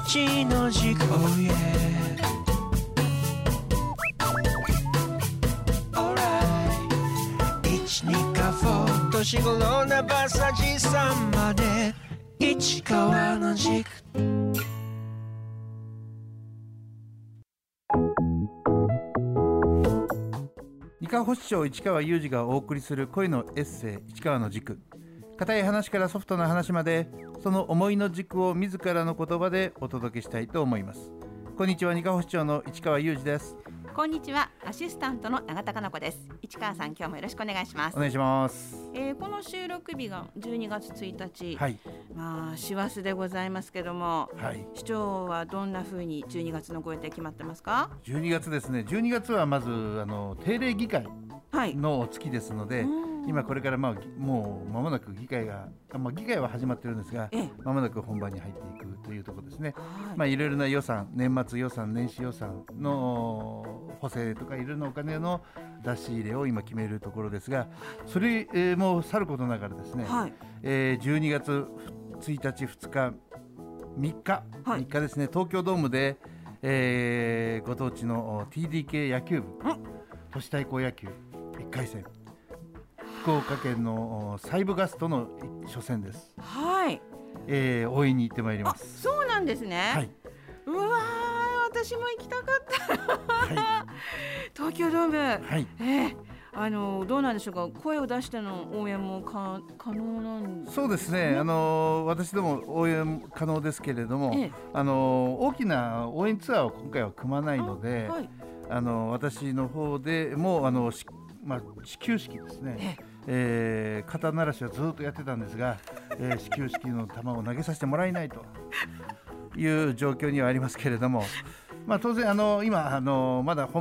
一の軸 Oh yeah Alright 一二か4年頃な馬さじさんまで市川の軸二課保守長市川裕二がお送りする恋のエッセイ市川の軸。固い話からソフトな話まで、その思いの軸を自らの言葉でお届けしたいと思います。こんにちは、二課保守長の市川裕二です。 こんにちは、アシスタントの永田香奈子です。市川さん、今日もよろしくお願いします。 お願いします。 この収録日が12月1日、 はい、 師走でございますけども、 はい、 市長はどんな風に12月のご予定決まってますか ？12月ですね。12月はまず定例議会の月ですので、今これからもう間もなく議会は始まってるんですが、間もなく本番に入っていくというところですね。いろいろな予算、年末予算、年始予算の補正とかいろんなお金の出し入れを今決めるところですが、それもさることながらですね、12月1日2日3日ですね、東京ドームで、ご当地の TDK 野球部都市対抗野球1回戦、福岡県のサイブガスとの初戦です。はい、応援に行ってまいります。 そうなんですね。 はい、 うわー、私も行きたかった、はい、東京ドーム、はい、どうなんでしょうか。声を出しての応援も可能なんですか？そうですね、 私ども応援可能ですけれども、大きな応援ツアーを今回は組まないので、私の方でも始球式ですね、肩慣らしはずっとやってたんですが、始球式の球を投げさせてもらえないという状況にはありますけれども、当然今まだ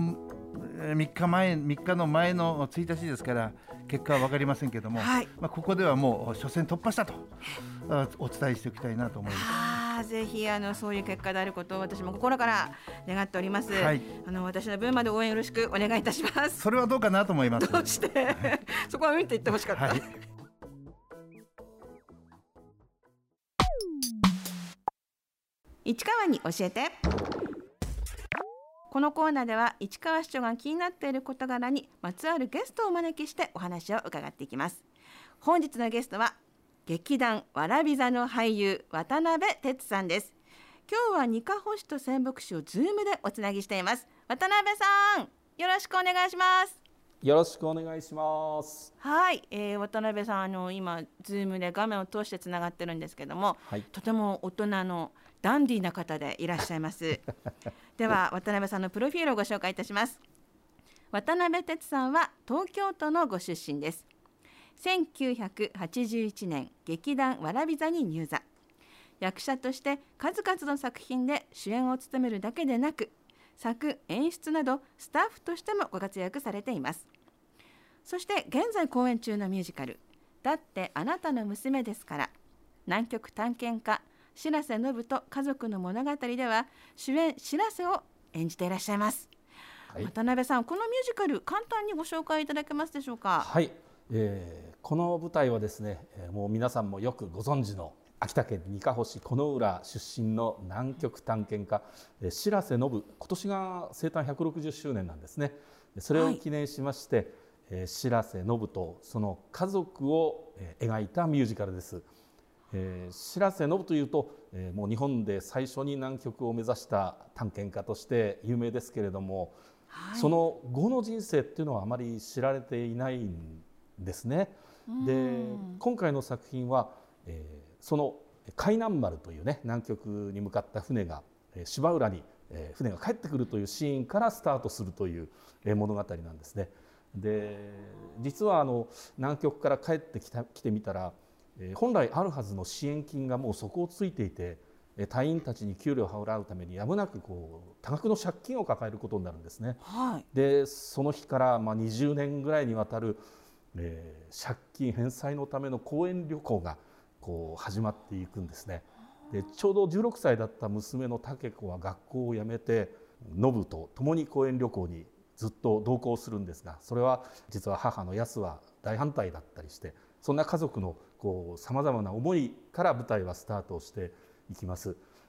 3日の前の1日ですから結果は分かりませんけれども、ここではもう初戦突破したとお伝えしておきたいなと思います。 ぜひそういう結果であることを私も心から願っております。はい、私の分まで応援よろしくお願いいたします。 それはどうかなと思います。 どうして、そこは見て言ってほしかった。はい、市川に教えて。このコーナーでは市川市長が気になっている事柄にまつわるゲストをお招きしてお話を伺っていきます。本日のゲストは劇団わらび座の俳優渡辺哲さんです。今日は二課保守と仙北市をズームでおつなぎしています。渡辺さん、よろしくお願いします。 よろしくお願いします。 はい、渡辺さん、今ズームで画面を通してつながってるんですけども、とても大人のダンディーな方でいらっしゃいますでは渡辺さんのプロフィールをご紹介いたします。渡辺哲さんは東京都のご出身です。1981年劇団わらび座に入座。役者として数々の作品で主演を務めるだけでなく、作演出などスタッフとしてもご活躍されています。そして現在公演中のミュージカルだってあなたの娘ですから、南極探検家白瀬信と家族の物語では主演白瀬を演じていらっしゃいます。渡辺さん、このミュージカル簡単にご紹介いただけますでしょうか？ はい、この舞台はですね、もう皆さんもよくご存知の秋田県にかほ市金浦出身の南極探検家白瀬信、今年が生誕160周年なんですね。それを記念しまして、白瀬信とその家族を描いたミュージカルです。白瀬信というと、もう日本で最初に南極を目指した探検家として有名ですけれども、その後の人生っていうのはあまり知られていないんですね。で、今回の作品は、その海南丸というね、南極に向かった船が芝浦に船が帰ってくるというシーンからスタートするという物語なんですね。で、実は南極から帰ってきてみたら、本来あるはずの支援金がもう底をついていて、隊員たちに給料を払うためにやむなく多額の借金を抱えることになるんですね。で、その日から20年ぐらいにわたる、借金返済のための講演旅行が始まっていくんですね。で、ちょうど16歳だった娘の武子は学校を辞めて信と共に講演旅行にずっと同行するんですが、それは実は母の安は大反対だったりして、そんな家族のさまざまな思いから舞台はスタートしていきます。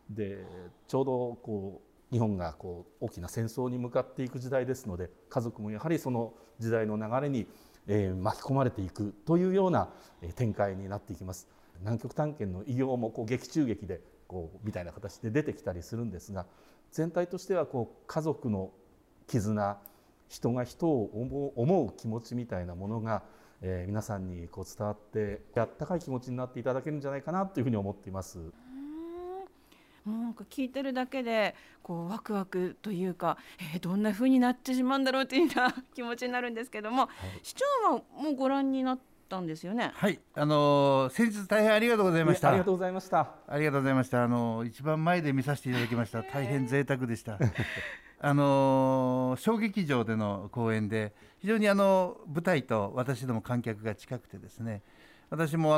でちょうど日本が大きな戦争に向かっていく時代ですので、家族もやはりその時代の流れに巻き込まれていくというような展開になっていきます。南極探検の偉業も劇中劇でみたいな形で出てきたりするんですが、全体としては家族の絆、人が人を思う気持ちみたいなものが皆さんに伝わってあったかい気持ちになっていただけるんじゃないかなというふうに思っています。 なんか聞いてるだけでワクワクというか、どんな風になってしまうんだろうというような気持ちになるんですけども、はい、市長はもうご覧になったんですよね。 はい、先日大変ありがとうございました。 ありがとうございました。 ありがとうございました。一番前で見させていただきました。大変贅沢でした小劇場での公演で非常に舞台と私ども観客が近くてですね、私も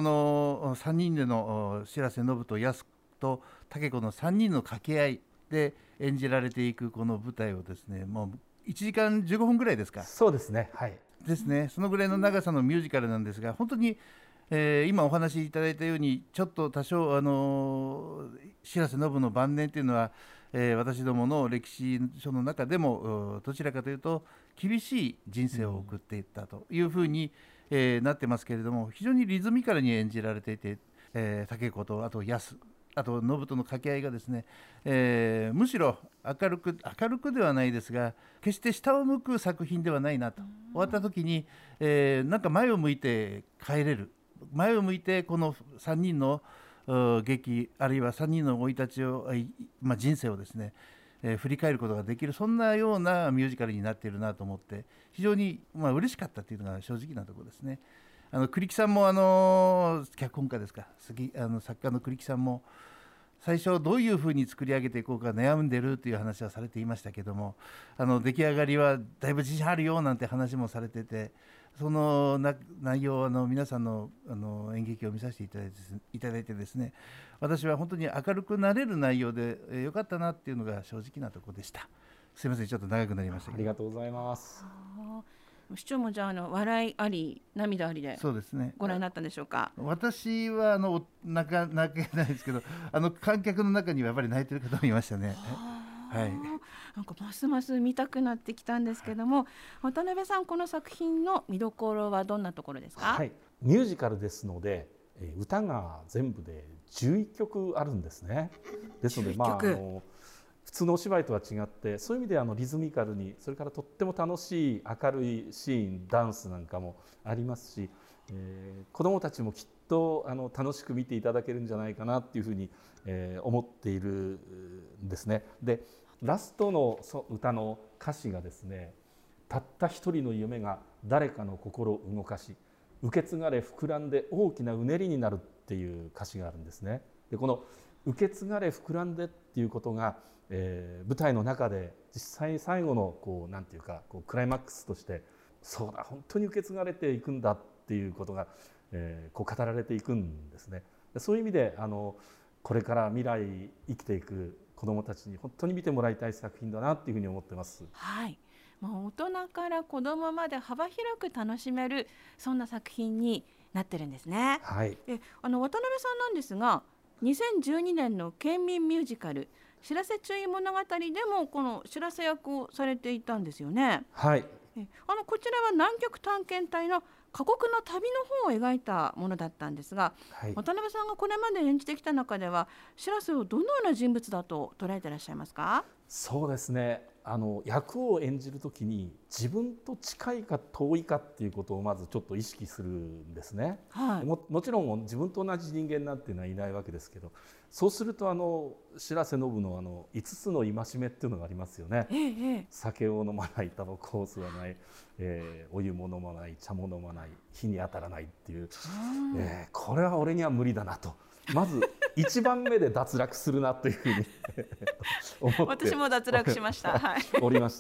3人での白瀬信と安と武子の3人の掛け合いで演じられていくこの舞台をですね、もう1時間15分ぐらいですか。 そうですね、はいですね、そのぐらいの長さのミュージカルなんですが、本当に、今お話しいただいたようにちょっと多少白瀬信の晩年というのは、私どもの歴史書の中でもどちらかというと厳しい人生を送っていったというふうに、なってますけれども、非常にリズミカルに演じられていて、武子とあと安、あと信との掛け合いがですね、むしろ明るくではないですが、決して下を向く作品ではないなと。終わった時に、なんか前を向いて帰れる、前を向いてこの3人の劇、あるいは3人の生い立ちを、人生をですね、振り返ることができる、そんなようなミュージカルになっているなと思って、非常に嬉しかったというのが正直なところですね。栗木さんも脚本家ですか、作家の栗木さんも最初どういうふうに作り上げていこうか悩んでるという話はされていましたけども、出来上がりはだいぶ自信あるよなんて話もされてて、その内容を皆さんの演劇を見させていただいてですね、私は本当に明るくなれる内容でよかったなっていうのが正直なところでした。すいません、ちょっと長くなりましたけど。 ありがとうございます。 市長もじゃあ笑いあり涙ありでご覧になったんでしょうか。 私は泣けないですけど、観客の中にはやっぱり泣いてる方もいましたね。はい、 なんかますます見たくなってきたんですけども、渡辺さん、この作品の見どころはどんなところですか。 はい、ミュージカルですので歌が全部で11曲あるんですね。ですので普通のお芝居とは違って、そういう意味でリズミカルに、それからとっても楽しい明るいシーン、ダンスなんかもありますし、子どもたちもきっと楽しく見ていただけるんじゃないかなっていうふうに、思っているんですね。でラストの歌の歌詞がですね、たった一人の夢が誰かの心を動かし、受け継がれ膨らんで大きなうねりになるっていう歌詞があるんですね。でこの受け継がれ膨らんでっていうことが、舞台の中で実際に最後のなんていうかクライマックスとして、そうだ本当に受け継がれていくんだっていうことが、語られていくんですね。そういう意味でこれから未来生きていく子どもたちに本当に見てもらいたい作品だなっていうふうに思ってます。 はい、大人から子どもまで幅広く楽しめる、そんな作品になってるんですね。 はい、 で渡辺さんなんですが、2012年の県民ミュージカルしらせ注意物語でもこのしらせ役をされていたんですよね。 はい、 こちらは南極探検隊の過酷な旅の方を描いたものだったんですが、はい、渡辺さんがこれまで演じてきた中ではしらせをどのような人物だと捉えていらっしゃいますか。 そうですね、役を演じるときに自分と近いか遠いかっていうことをまずちょっと意識するんですね。 はい、 もちろん自分と同じ人間なんていうのはいないわけですけど、そうすると白瀬信の5つの戒めっていうのがありますよね。酒を飲まない、タバコを吸わない、お湯も飲まない、茶も飲まない、火に当たらないっていう、これは俺には無理だなと、まず1番目で脱落するなというふうに思って私も脱落しました、はい、 おりまして、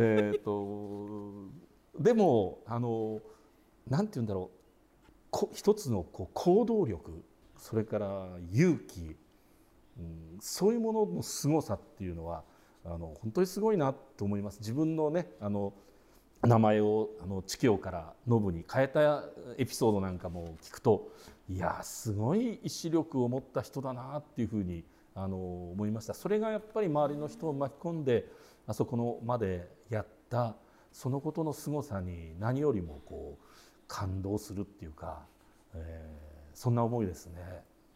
でもなんて言うんだろう、一つの行動力、それから勇気、そういうものの凄さっていうのは本当にすごいなと思います。自分のね名前を知教から信に変えたエピソードなんかも聞くと、いやすごい意志力を持った人だなっていうふうに思いました。それがやっぱり周りの人を巻き込んであそこのまでやったそのことの凄さに何よりもこう感動するっていうか、そんな思いですね。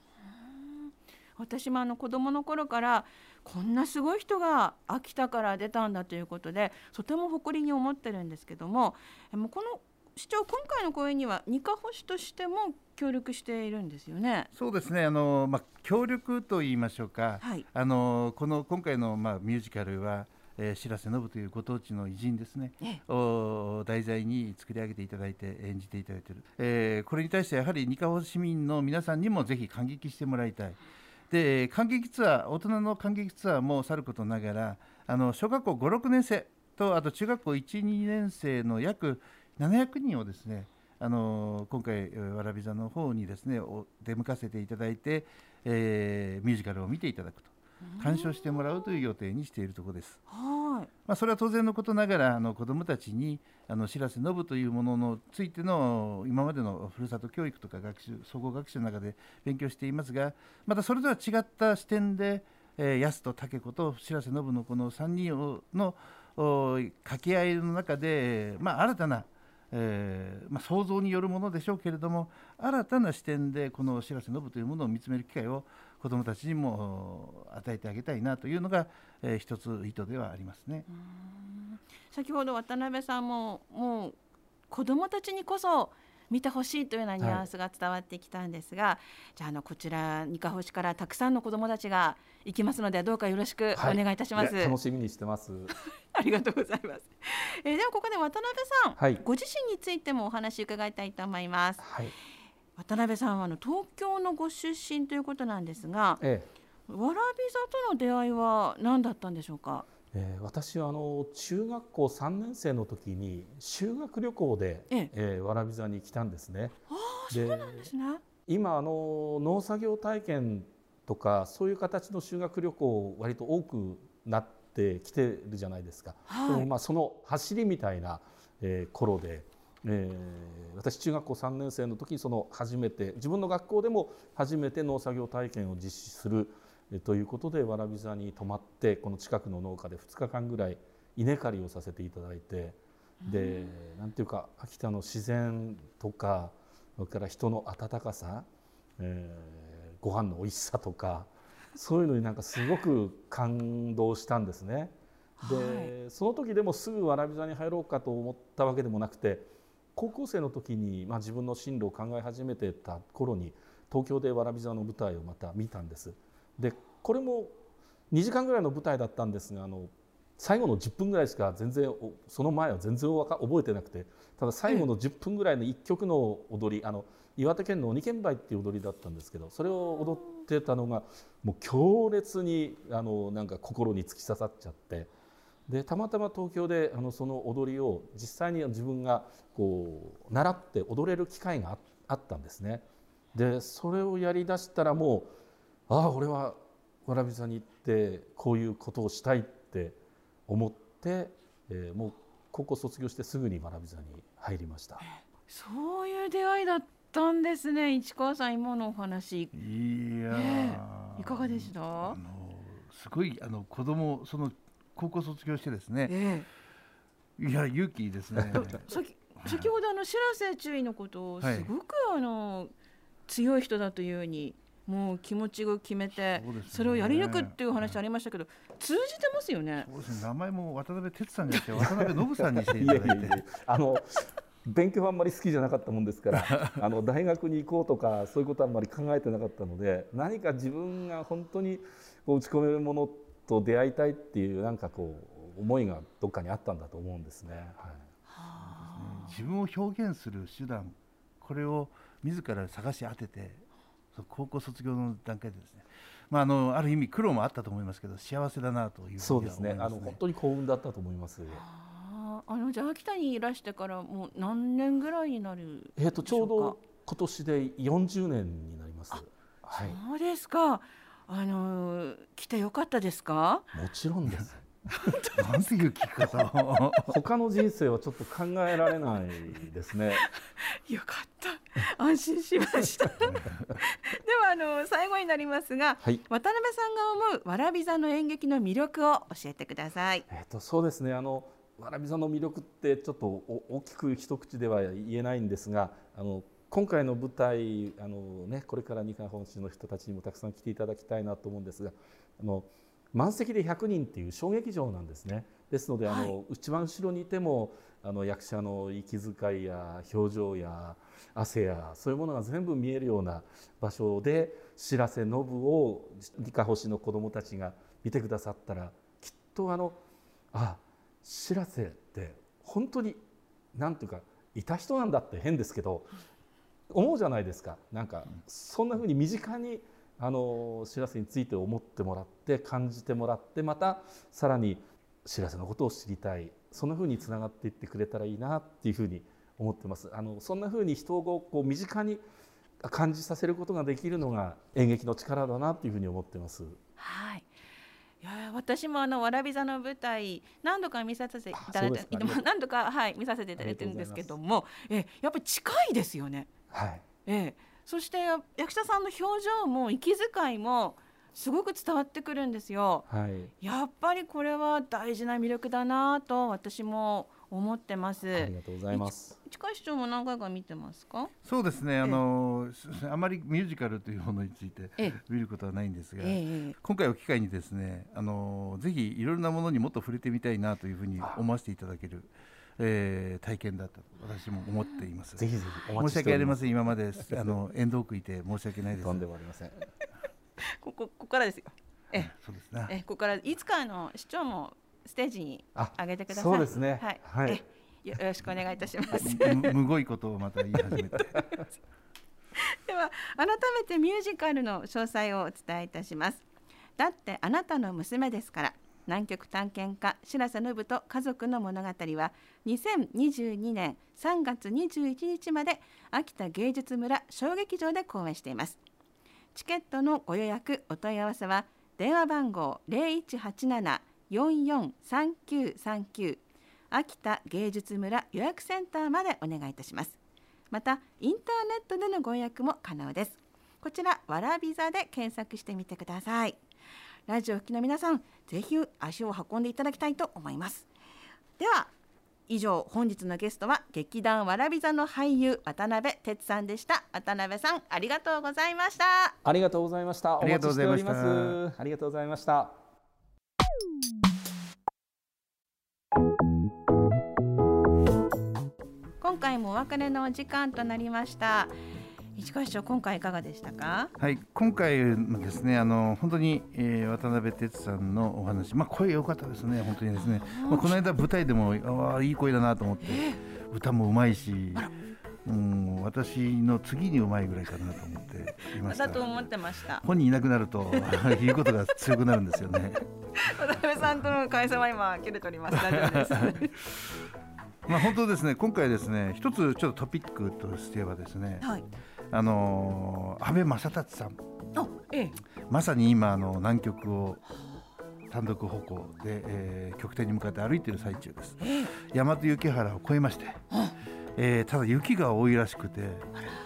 私も子供の頃からこんなすごい人が秋田から出たんだということでとても誇りに思ってるんですけども、この市長、今回の公演にはにかほ市としても協力しているんですよね。 そうですね、協力といいましょうか、はい、今回の、ミュージカルは白瀬信というご当地の偉人ですね、を題材に作り上げていただいて演じていただいている、これに対してやはりにかほ市民の皆さんにもぜひ感激してもらいたい。で感激ツアー、大人の感激ツアーもさることながら小学校5、6年生とあと中学校1、2年生の約700人をですね今回わらび座の方にですね出向かせていただいて、ミュージカルを見ていただくと鑑賞してもらうという予定にしているところです。はい、それは当然のことながら子どもたちに白瀬信というものについての今までのふるさと教育とか総合学習の中で勉強していますが、またそれとは違った視点で、安と武子と白瀬信のこの3人の掛け合いの中で、新たな想像によるものでしょうけれども新たな視点でこの白瀬信というものを見つめる機会を子どもたちにも与えてあげたいなというのが、一つ意図ではありますね。 先ほど渡辺さんももう子どもたちにこそ見てほしいというようなニュアンスが伝わってきたんですが、じゃあこちらにかほ市からたくさんの子どもたちが行きますのでどうかよろしくお願いいたします。 楽しみにしてますありがとうございます。ではここで渡辺さん、ご自身についてもお話伺いたいと思います。渡辺さんは東京のご出身ということなんですが、わらび座との出会いは何だったんでしょうか。 私は中学校3年生の時に修学旅行で、わらび座に来たんですね。 そうなんですね。 今農作業体験とかそういう形の修学旅行割と多くなってきてるじゃないですか。でもその走りみたいな、頃で、私中学校3年生の時に初めて自分の学校でも初めて農作業体験を実施するということでわらび座に泊まってこの近くの農家で2日間ぐらい稲刈りをさせていただいて、でなんていうか秋田の自然とかそれから人の温かさ、ご飯の美味しさとかそういうのにすごく感動したんですね。でその時でもすぐわらび座に入ろうかと思ったわけでもなくて高校生の時に、自分の進路を考え始めてた頃に東京でわらび座の舞台をまた見たんです。でこれも2時間ぐらいの舞台だったんですが最後の10分ぐらいしか全然その前は全然覚えてなくて、ただ最後の10分ぐらいの1曲の踊り岩手県の鬼剣舞っていう踊りだったんですけどそれを踊ってたのがもう強烈に心に突き刺さっちゃって、でたまたま東京でその踊りを実際に自分が習って踊れる機会があったんですね。でそれをやりだしたらもう俺はわらび座に行ってこういうことをしたいって思って、もう高校卒業してすぐにわらび座に入りました。 そういう出会いだったんですね。市川さん今のお話いかがでした？ すごい子供高校卒業してですね、いや勇気ですね。 先ほど白瀬中尉のことをすごく強い人だというようにもう気持ちを決めて それをやり抜くっていう話ありましたけど、通じてますよね。 そうですね、名前も渡辺哲さんじゃなくて渡辺信さんにしていただいて勉強はあんまり好きじゃなかったもんですから大学に行こうとかそういうことはあんまり考えてなかったので、何か自分が本当に打ち込めるものと出会いたいっていう思いがどっかにあったんだと思うんですね。 自分を表現する手段、これを自ら探し当てて高校卒業の段階でですね、ある意味苦労もあったと思いますけど幸せだなというふうには思いますね。 そうですね、本当に幸運だったと思います。 じゃあ秋田にいらしてからもう何年ぐらいになるでしょうか？ ちょうど今年で40年になります。 そうですか。来てよかったですか？ もちろんです。 なんていう聞き方を他の人生はちょっと考えられないですね。 よかった、安心しましたでは最後になりますが、はい、渡辺さんが思うわらび座の演劇の魅力を教えてください。 そうですね、わらび座の魅力ってちょっと大きく一口では言えないんですが、今回の舞台これからにかほしの人たちにもたくさん来ていただきたいなと思うんですが、満席で100人っていう小劇場なんですね。ですのではい、一番後ろにいても役者の息遣いや表情や汗やそういうものが全部見えるような場所で白瀬のぶをにかほしの子どもたちが見てくださったら、きっと白瀬って本当になんていうかいた人なんだって変ですけど思うじゃないですか。なんかそんな風に身近に白瀬について思ってもらって感じてもらって、またさらに白瀬のことを知りたい、そんな風につながっていってくれたらいいなっていう風に思ってます。そんな風に人をこう身近に感じさせることができるのが演劇の力だなっていう風に思ってます。 はい、いや私もわらび座の舞台何度か見させていただいて、何度か、はい、見させていただいてるんですけども、やっぱり近いですよね。 はい、 そして役者さんの表情も息遣いもすごく伝わってくるんですよ。はい、やっぱりこれは大事な魅力だなと私も思ってます。 ありがとうございます。 市川市長も何回か見てますか？ そうですね、あまりミュージカルというものについて見ることはないんですが、今回を機会にですね、ぜひいろんなものにもっと触れてみたいなというふうに思わせていただける体験だったと私も思っています。 ぜひぜひお待ちしております。申し訳ありません、今まで遠藤区いて申し訳ないです。 とんでもありませんここからですよ。 そうですね。 ここからいつか市長もステージに上げてください。 そうですね。 はい。よろしくお願いいたします。 むごいことをまた言い始めて。では改めてミュージカルの詳細をお伝えいたします。だってあなたの娘ですから。南極探検家白瀬のぶと家族の物語は2022年3月21日まで秋田芸術村小劇場で公演しています。チケットのご予約お問い合わせは電話番号 0187-443939 秋田芸術村予約センターまでお願いいたします。またインターネットでのご予約も可能です。こちらわらび座で検索してみてください。ラジオを聴きの皆さん、ぜひ足を運んでいただきたいと思います。では以上、本日のゲストは劇団わらび座の俳優渡辺哲さんでした。渡辺さん、ありがとうございました。 ありがとうございました。お待ちしております。ありがとうございました。 今回もお別れのお時間となりました。市川市長、今回いかがでしたか？ はい、今回のですね、本当に、渡辺哲さんのお話、声良かったですね、本当にですね。この間舞台でもいい声だなと思って、歌もうまいし、私の次にうまいぐらいかなと思っていました。 だと思ってました。 本人いなくなると言うことが強くなるんですよね。 渡辺さんとの会社は今切れております。大丈夫です。 本当ですね、今回ですね、一つちょっとトピックとしてはですね、はい、安倍正達さん、まさに今南極を単独歩行で、極点に向かって歩いている最中です。大和雪原を越えまして、ただ雪が多いらしくて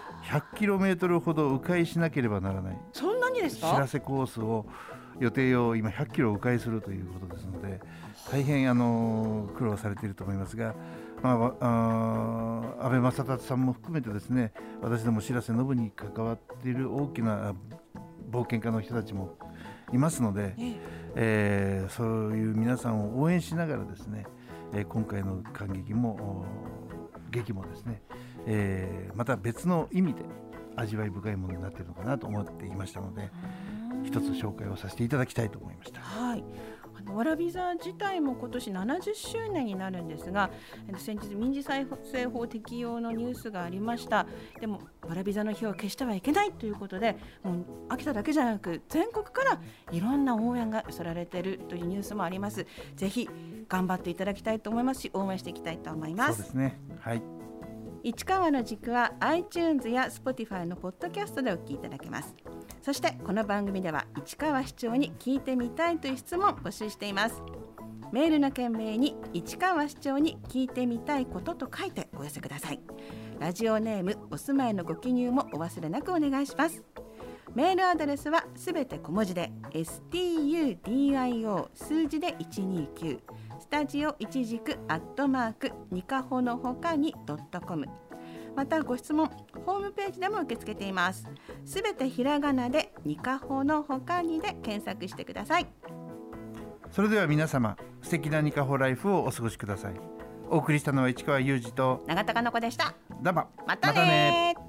100km ほど迂回しなければならない。 そんなにですか？ 白瀬コースを予定を今100キロ迂回するということですので、大変苦労されていると思いますが、安倍正達さんも含めてですね、私ども白瀬のぶに関わっている大きな冒険家の人たちもいますので、そういう皆さんを応援しながらですね、今回の観劇も劇もですね、また別の意味で味わい深いものになっているのかなと思っていましたので、一つ紹介をさせていただきたいと思いました。 はい、わらび座自体も今年70周年になるんですが、先日民事再生法適用のニュースがありました。でもわらび座の火を消してはいけないということで、もう秋田だけじゃなく全国からいろんな応援が寄せられているというニュースもあります。ぜひ頑張っていただきたいと思いますし、応援していきたいと思います。 そうですね、はい。 市川の軸は iTunes や Spotify のポッドキャストでお聞きいただけます。そしてこの番組では市川市長に聞いてみたいという質問を募集しています。 メールの件名に市川市長に聞いてみたいことと書いてお寄せください。ラジオネーム、お住まいのご記入もお忘れなくお願いします。メールアドレスはすべて小文字で studio 数字で129スタジオ一軸にかほのほかに .com。 またご質問ホームページでも受け付けています。すべてひらがなでにかほのほかにで検索してください。 それでは皆様、素敵なにかほライフをお過ごしください。お送りしたのは市川裕二と永田香奈子でした。 どうもまたね。